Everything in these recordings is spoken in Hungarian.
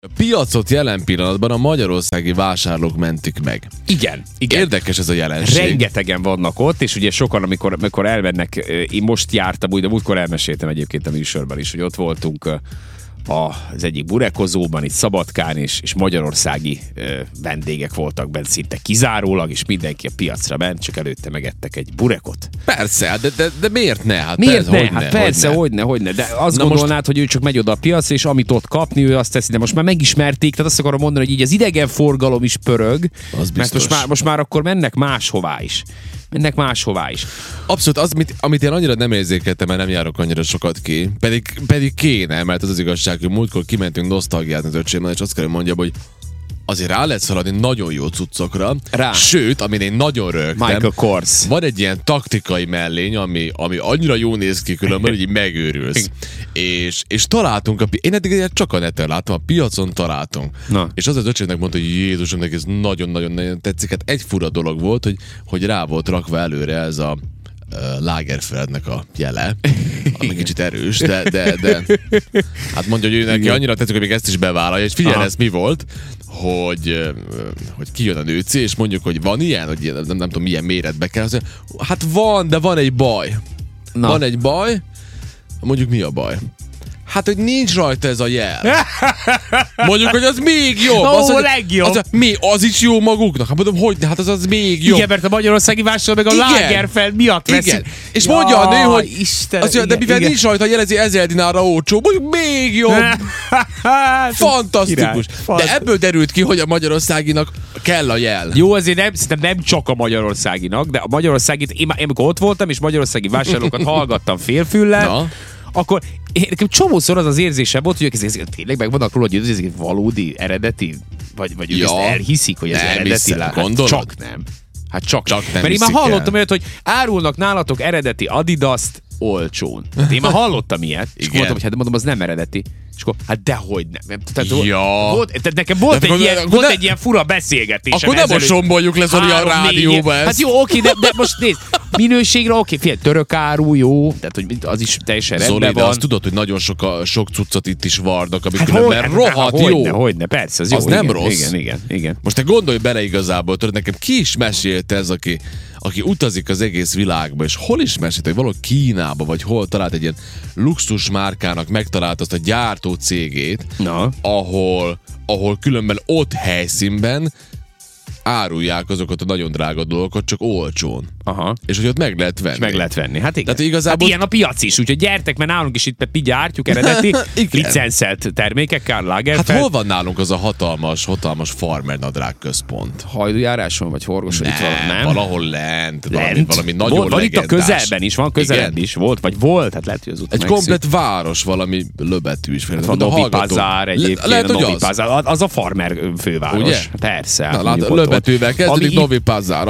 A piacot jelen pillanatban a magyarországi vásárlók mentik meg. Igen. Érdekes ez a jelenség. Rengetegen vannak ott, és ugye sokan, amikor elmennek, én most jártam, úgy, de múltkor elmeséltem egyébként a műsorban is, hogy ott voltunk az egyik burekozóban, itt Szabadkán, és magyarországi vendégek voltak bent szinte kizárólag, és mindenki a piacra ment, csak előtte megettek egy burekot. Persze, de miért ne? Hát miért ne? Hát persze, hogyne. De azt gondolnád, hogy ő csak megy oda a piacra, és amit ott kapni, ő azt teszi. De most már megismerték, tehát azt akarom mondani, hogy így az idegenforgalom is pörög, mert most már akkor mennek máshová is. Abszolút, amit én annyira nem érzékeltem, mert nem járok annyira sokat ki, pedig kéne, mert az igazság, hogy múltkor kimentünk nosztalgiázni az öcsémmel, és azt kell, hogy mondjam, hogy azért rá lehet szaladni nagyon jó cuccokra. Sőt, amin én nagyon rögtem. Michael Kors. Van egy ilyen taktikai mellény, ami annyira jó néz ki különben, hogy így megőrülsz. És találtunk, én eddig csak a neten láttam, a piacon találtunk. Na. És az öcsémnek mondta, hogy Jézusom, neki ez nagyon-nagyon tetszik. Hát egy fura dolog volt, hogy rá volt rakva előre ez a Lagerfeldnek a jele, ami kicsit erős, de hát mondja, hogy ő neki annyira tetszik, hogy még ezt is bevállalja, és figyelj, ez mi volt, hogy kijön a nőci, és mondjuk, hogy van ilyen, hogy nem tudom, milyen méretbe kell. Hát van, de van egy baj. Na. Van egy baj, mondjuk mi a baj? Hát, hogy nincs rajta ez a jel. Mondjuk, hogy az még jobb. Legjobb. Az is jó maguknak. Hát mondom, hogy hát az még jobb. Igen, mert a magyarországi vásárló meg a Lagerfeld miatt veszik. Igen. És mondja a nő, hogy Isten, de mivel nincs rajta, jelezi 1000 dinárra olcsó, mondjuk még jobb. Fantasztikus. De ebből derült ki, hogy a magyarországinak kell a jel. Jó, azért szerintem nem csak a magyarországinak, de a magyarországit, én amikor ott voltam, és magyarországi vásárlókat hallgattam félfüllel, akkor nekem csomószor az érzésem volt, hogy ezek tényleg megvannak róla, hogy ez egy valódi, eredeti, vagy ők ezt elhiszik, hogy ez eredeti. Csak nem. Hát csak nem. Mert én már hallottam olyat, hogy árulnak nálatok eredeti Adidast olcsón. Én már hallottam ilyet, és mondtam, hogy hát mondom, az nem eredeti. És akkor, hát dehogy nem. Nekem volt egy ilyen fura beszélgetésem. Akkor nem most somboljuk le Zoli a rádióba ezt. Hát jó, oké, de most nézd, minőségre oké, figyelj, török áru jó, tehát hogy az is teljesen rendben van. Zoli, de azt tudod, hogy nagyon sok cuccot itt is varnak, amik különben rohadt jó. Hogyne, persze, az jó. Az nem rossz. Igen. Most te gondolj bele igazából, tudod, nekem ki is mesélte ez, aki utazik az egész világba, és hol is mesélte, hogy valahol Kínába, vagy hol talált egy ilyen luxus márkának, megtalált azt a gyártó cégét, ahol különben ott helyszínben árulják azokat a nagyon drága dolgokat, csak olcsón. Aha. És hogy ott meg lehet venni. Hát igen. Tehát igazából... Hát ilyen a piac is, úgyhogy gyertek, mert nálunk is itt mi gyártjuk eredeti, licenszelt termékekkel, Lagerfeld. Hát hol van nálunk az a hatalmas farmer nadrág központ? Hajdújáráson vagy Horgoson? Nem, valahol lent. Valami nagyon van itt a közelben is, van közelebb is. Volt, hát lehet, hogy az egy komplet város, valami löbetű is. A Novi Pazar egyébként, a Novi Pazar, az a farmer főváros. Ugye? Persze. Löbetűvel kezdődik Novi Pazar,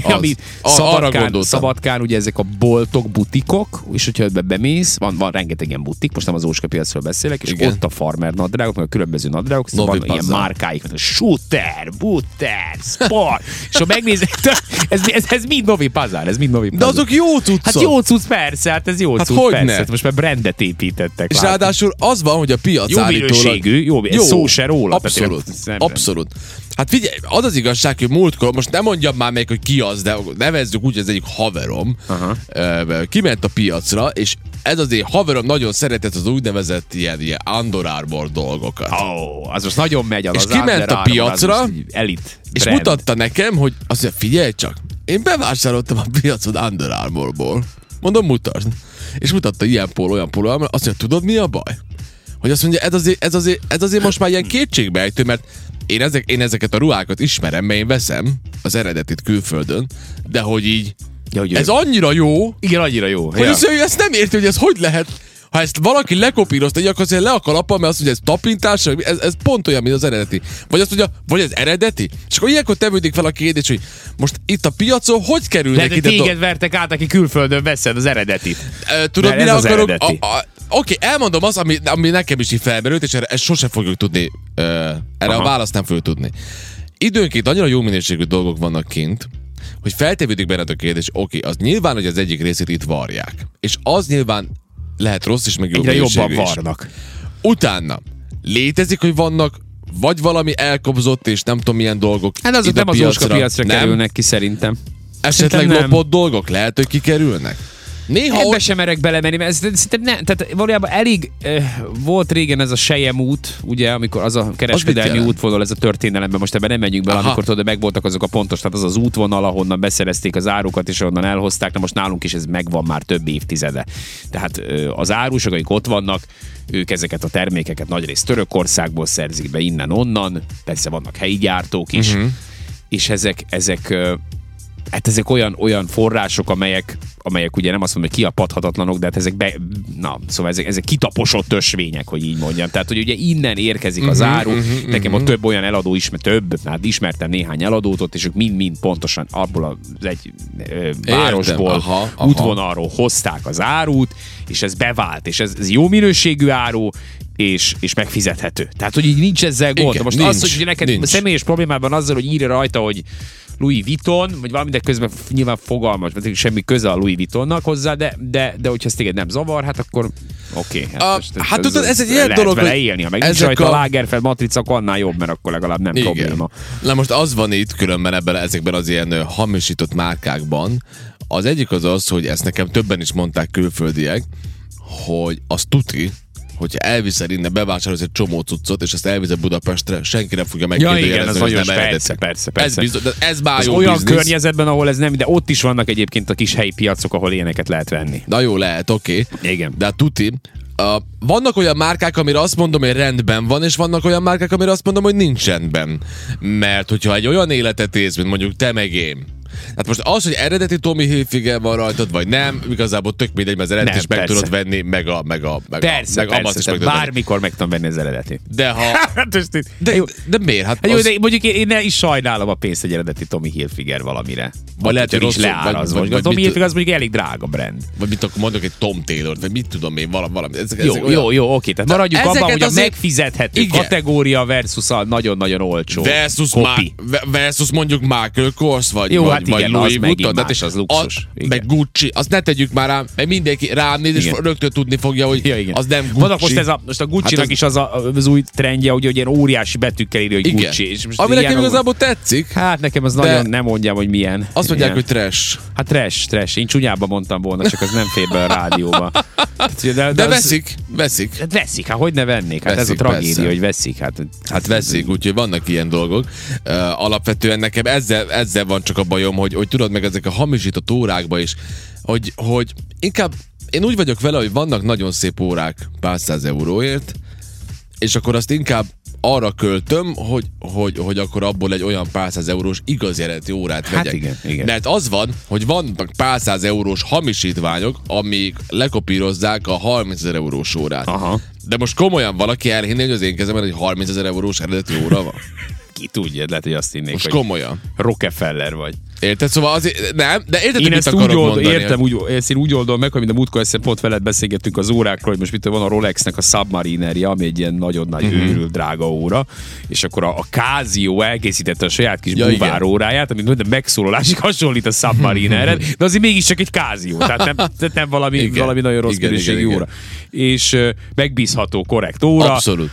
Szabadkán ugye ezek a boltok, butikok, és hogyha ebbe bemész, van rengeteg ilyen butik, most nem az Óska piacról beszélek, és ott a farmer nadrágok, meg a különböző nadrágok, van ilyen márkáik, mint a Shooter, Butter, Sport, és ha megnézed, ez mind Novi Pazar, De azok jó cuccok. Hát jó cucc, persze, hát ez jó cucc, persze. Hát most már brandet építettek. És ráadásul az van, hogy a piac jó minőségű, jó, szó se róla. Abszolút. Hát figyelj, az igazság, hogy múltkor, most nem mondjam már meg, hogy ki az, de nevezzük úgy, hogy ez egyik haverom, kiment a piacra, és ez azért haverom nagyon szeretett az úgynevezett ilyen Under Armour dolgokat. Az most nagyon megy az. És kiment a piacra, és brand. mutatta nekem, hogy azt mondja, figyelj csak, én bevásároltam a piacon Under Armourból. Mondom, mutasd. És mutatta ilyen póló, olyan póló, azt mondja, tudod mi a baj? Hogy azt mondja, ez azért most már ilyen kétségbeejtő, mert én ezeket a ruhákat ismerem, mert én veszem az eredetit külföldön, de hogy így, ez annyira jó. Igen, annyira jó. Hogy ő ezt nem érti, hogy ez hogy lehet. Ha ezt valaki lekopírozta, így akkor azért le a kalappal, mert azt mondja, ez tapintás, ez pont olyan, mint az eredeti. Vagy azt mondja, vagy ez eredeti? És akkor ilyenkor tevődik fel a kérdés, hogy most itt a piacon hogy kerülnek ide? Téged vertek át, aki külföldön veszed az eredetit. Tudod, mire akarok? Oké, elmondom azt, ami nekem is így felmerült, és ezt sose fogjuk tudni, erre a választ nem fogjuk tudni. Időnként annyira jó minőségű dolgok vannak kint, hogy feltevődik benned a kérdés, az nyilván, hogy az egyik részét itt varják. És az nyilván lehet rossz is, meg jó minőségű is. Jobban varnak. Utána létezik, hogy vannak vagy valami elkobzott, és nem tudom milyen dolgok. Hát azok nem az Óska piacra kerülnek ki szerintem. Esetleg lopott dolgok lehet, hogy kikerülnek? Néha ebbe sem merek belemenni, mert szerintem nem, tehát valójában elég volt régen ez a Sejem út, ugye, amikor az a kereskedelmi útvonal, ez a történelemben, most ebben nem menjünk bele, amikor tudod, megvoltak azok a pontos, tehát az az útvonal, ahonnan beszerezték az árukat, és onnan elhozták, de most nálunk is ez megvan már több évtizede. Tehát az árusok, akik ott vannak, ők ezeket a termékeket nagyrészt Törökországból szerzik be, innen-onnan, persze vannak helyi gyártók is, és ezek olyan források, amelyek ugye nem azt mondom, hogy kiapadhatatlanok, de hát ezek kitaposott ösvények, hogy így mondjam. Tehát, hogy ugye innen érkezik az áru, nekem ott több olyan eladó ismertem néhány eladót ott, és ők mind pontosan abból az egy városból, útvonalról hozták az árut, és ez bevált, és ez jó minőségű áru, és megfizethető. Tehát, hogy így nincs ezzel gond. Igen, most az, hogy neked személyes problémában azzal, hogy írja rajta, hogy Louis Vuitton, vagy valami, de közben nyilván fogalmas, mert semmi köze a Louis Vuittonnak hozzá, de hogyha ez téged nem zavar, hát akkor oké. Hát tudod, ez egy ilyen dolog, hogy élni, ha meg nincs rajta a Lagerfeld matrica, akkor annál jobb, mert akkor legalább nem probléma. Na most az van itt különben ezekben az ilyen hamisított márkákban, az egyik az, hogy ezt nekem többen is mondták külföldiek, hogy az tuti, hogyha elviszel innen, bevásárolsz egy csomó cuccot, és azt elviszed Budapestre, senki nem fogja megkérdőjelezni, hogy ez nem eredeti. Persze. Ez már jó olyan biznisz. Környezetben, ahol ez nem, de ott is vannak egyébként a kis helyi piacok, ahol ilyeneket lehet venni. Na jó, lehet, oké. Igen. De hát tuti. Vannak olyan márkák, amire azt mondom, hogy rendben van, és vannak olyan márkák, amire azt mondom, hogy nincs rendben. Mert hogyha egy olyan életet élsz, mint mondjuk te meg én, hát most az, hogy eredeti Tommy Hilfiger van rajtad, vagy nem, igazából tök mindegy, mert az eredet is meg tudod venni, meg persze, bármikor meg tudom venni az eredeti. De ha... de miért? Hát jó, de mondjuk én is sajnálom a pénzt egy eredeti Tommy Hilfiger valamire. Vagy lehet, hogy is leárazva. A Tommy Hilfiger az mondjuk elég drága brand. Vagy mit akkor mondok, egy Tom Taylor, vagy mit tudom én, valami. Jó, oké. Tehát maradjuk abban, hogy a megfizethető kategória versus a nagyon-nagyon olcsó versus mondjuk Michael Kors, vagy Louis Vuitton, az luxus. Meg Gucci. Azt ne tegyük már rám, mert mindenki rám néz, és rögtön tudni fogja, hogy az nem Gucci. Vannak most a Gucci-nak is az új trendje, hogy ilyen óriási betűkkel írja, hogy Gucci. Ami nekem igazából tetszik. Hát nekem az nagyon nem mondjam, hogy milyen. Azt mondják, hogy trash. Hát trash. Én csúnyában mondtam volna, csak az nem fér be a rádióba. De veszik. Hát veszik, hát hogy ne vennék? Hát ez a tragédia, hogy veszik. Hát veszik, úgyhogy vannak ilyen dolgok. Alapvetően nekem ezzel van csak a bajom, hogy tudod meg ezek a hamisított órákba is, hogy inkább én úgy vagyok vele, hogy vannak nagyon szép órák pár száz euróért, és akkor azt inkább arra költöm, hogy akkor abból egy olyan pár száz eurós igazi eredeti órát vegyek. Hát igen. Mert az van, hogy vannak pár száz eurós hamisítványok, amik lekopírozzák a 30 000 eurós órát. Aha. De most komolyan valaki elhinné, hogy az én kezemben egy 30 000 eurós eredeti óra van? Ki tudja, lehet, hogy azt hinnék, most hogy komolyan. Rockefeller vagy. Érted? Szóval azért, nem, de érted, én mit akarok mondani? Én úgy oldom meg, hogy mint a múltkor pont veled beszélgettünk az órákról, hogy most mit van a Rolexnek a Submarinerje, ami egy ilyen nagyon nagy őrült drága óra, és akkor a Casio elkészítette a saját kis buvár óráját, ami minden megszólalásig hasonlít a Submarinerre, de azért mégiscsak egy Casio, tehát nem valami nagyon rossz minőségű óra. És megbízható, korrekt óra. Abszolút.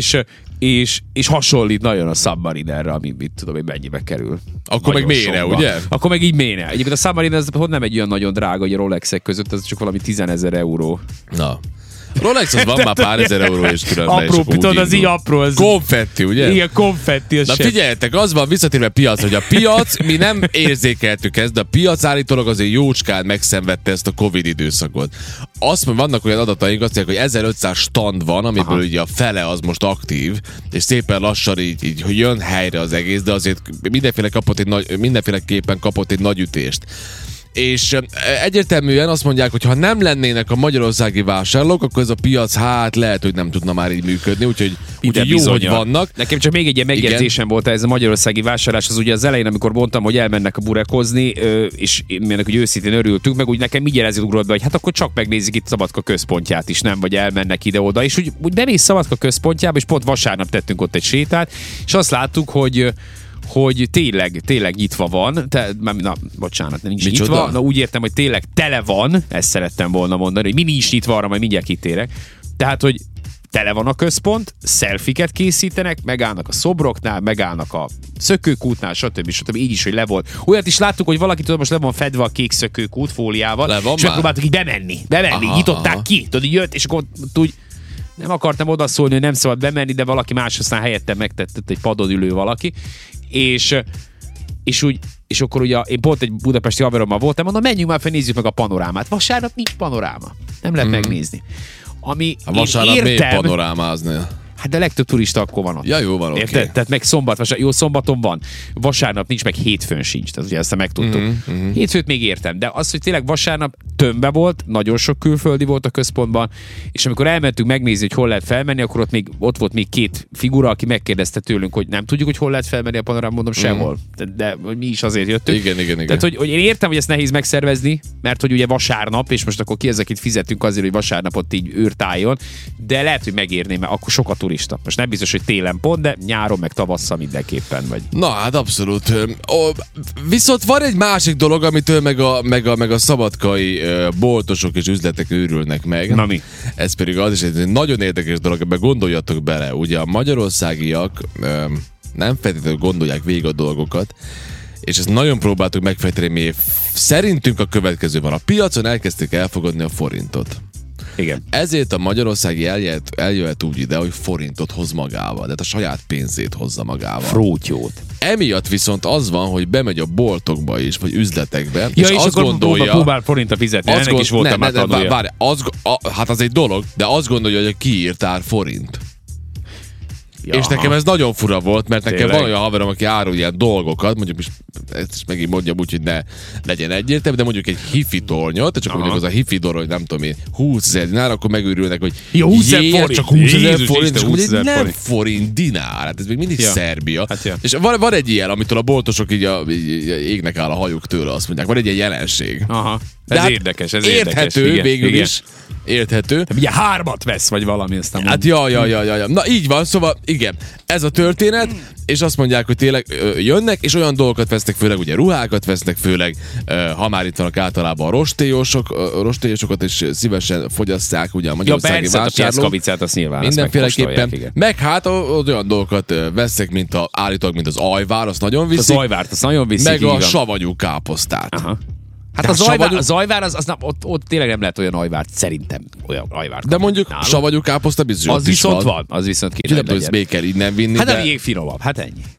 És hasonlít nagyon a Submarinerre, ami mit tudom, hogy mennyibe kerül. Akkor nagyon meg méne, ugye? Akkor meg így méne. Egyébként a Submariner az nem egy olyan nagyon drága, hogy a Rolexek között, ez csak valami 10 000 euró. Na. Rolex az van már pár ezer euró és különben. Apró, tudod, az így apró. Az... Konfetti, ugye? Igen, konfetti. Na figyeljetek, az van visszatérve a piac, hogy a piac, mi nem érzékeltük ezt, de a piac állítólag azért jócskán megszenvedte ezt a Covid időszakot. Azt mondja, vannak olyan adataink, azt mondják, hogy 1500 stand van, amiből ugye a fele az most aktív, és szépen lassan így hogy jön helyre az egész, de azért mindenféleképpen kapott egy nagy ütést. És egyértelműen azt mondják, hogy ha nem lennének a magyarországi vásárlók, akkor ez a piac lehet, hogy nem tudna már így működni, úgyhogy jó, hogy vannak. Nekem csak még egy ilyen megjegyzésem volt ez a magyarországi vásárlás, az ugye az elején, amikor mondtam, hogy elmennek a burekozni, és ennek hogy őszintén örültünk, meg úgy nekem így jelezi ugrott be, hogy hát akkor csak megnézik itt Szabadka központját is, nem, vagy elmennek ide-oda, és úgy bemész Szabadka központjába, és pont vasárnap tettünk ott egy sétát, és azt láttuk, hogy tényleg nyitva van, bocsánat, nincs nyitva, úgy értem, hogy tényleg tele van, ezt szerettem volna mondani, hogy mi nincs nyitva, arra majd mindjárt kitérek. Tehát, hogy tele van a központ, selfiket készítenek, megállnak a szobroknál, megállnak a szökőkútnál, stb. Így is, hogy le volt. Olyat is láttuk, hogy valaki most le van fedve a kék szökőkút fóliával, és megpróbáltuk így bemenni, nyitották ki, tudod, így jött, és akkor úgy nem akartam odaszólni, hogy nem szabad bemenni, de valaki más aztán helyette megtett, egy padon ülő valaki, és akkor ugye én pont egy budapesti haverommal voltam, mondom, menjünk már fel, nézzük meg a panorámát. Vasárnap nincs panoráma. Nem lehet megnézni. Ami a vasárnap miért panorámázni? Hát de legtöbb turista akkor van ott. Ja, jó van, oké. Okay. Tehát meg szombaton van. Vasárnap nincs, meg hétfőn sincs. Tehát ugye ezt megtudtuk. Hétfőt még értem, de az, hogy tényleg vasárnap tömve volt, nagyon sok külföldi volt a központban, és amikor elmentünk megnézni, hogy hol lehet felmenni, akkor ott volt még két figura, aki megkérdezte tőlünk, hogy nem tudjuk, hogy hol lehet felmenni a panorámon, mondom, sehol. De mi is azért jöttünk. Igen. Tehát, hogy én értem, hogy ezt nehéz megszervezni, mert hogy ugye vasárnap, és most akkor ki ezek itt fizetünk azért, hogy vasárnap ott így űrt álljon, de lehet, hogy megérné, mert akkor sokat turista. Most nem biztos, hogy télen pont, de nyáron meg tavasszal mindenképpen vagy. Na hát abszolút. Viszont van egy másik dolog, amitől meg a szabadkai boltosok és üzletek őrülnek meg. Na mi? Ez pedig az is egy nagyon érdekes dolog, ebben gondoljatok bele. Ugye a magyarországiak nem feltétlenül gondolják végig a dolgokat, és ezt nagyon próbáltuk megfejteni, mi szerintünk a következő van. A piacon elkezdték elfogadni a forintot. Igen. Ezért a magyarországi eljöhet úgy ide, hogy forintot hoz magával, tehát a saját pénzét hozza magával. Frótyót. Emiatt viszont az van, hogy bemegy a boltokba is, vagy üzletekbe, ja, és azt gondolja... próbál forintra fizetni, ennek is voltam már tanulja. Hát az egy dolog, de azt gondolja, hogy a kiírt ár forint. Ja. És nekem ez nagyon fura volt, mert nekem van olyan haverom, aki árul ilyen dolgokat, mondjuk ezt is megint mondjam úgy, hogy ne legyen egyértelmű, de mondjuk egy hifi tornyot, csak mondjuk az a hifi torony, nem tudom én, 20 000 dinár, akkor megőrülnek, hogy jó, 20 000 forint, csak 20 000 forint, és akkor egy nem forint dinár, hát ez még mindig Szerbia. Hát ja. És van egy ilyen, amitől a boltosok így égnek áll a hajuk tőle, azt mondják, van egy ilyen jelenség. Aha. Ez hát érdekes, ez érthető érdekes. végül is. Érthető. De ugye 3 vesz, vagy valami aztán. Hát ja. Na így van, szóval igen, ez a történet, és azt mondják, hogy tényleg jönnek, és olyan dolgokat vesznek, főleg ugye ruhákat vesznek, főleg ha már itt vannak általában a rostélyosokat, és szívesen fogyasszák ugye a magyarországi vásárlók. A azt nyilván mindenféleképpen. Meg hát olyan dolgokat vesznek, állítólag, mint az ajvár, azt nagyon viszik. Az ajvárt, azt nagyon viszik. Meg a savanyú káposztát. Aha. Hát az ajvár, az ott tényleg nem lehet olyan ajvárt, szerintem olyan ajvárt. De mondjuk savanyú káposzta biztos az viszont van. Az viszont kéne, hogy legyen. Ez még kell így nem vinni. Hát de még finomabb, hát ennyi.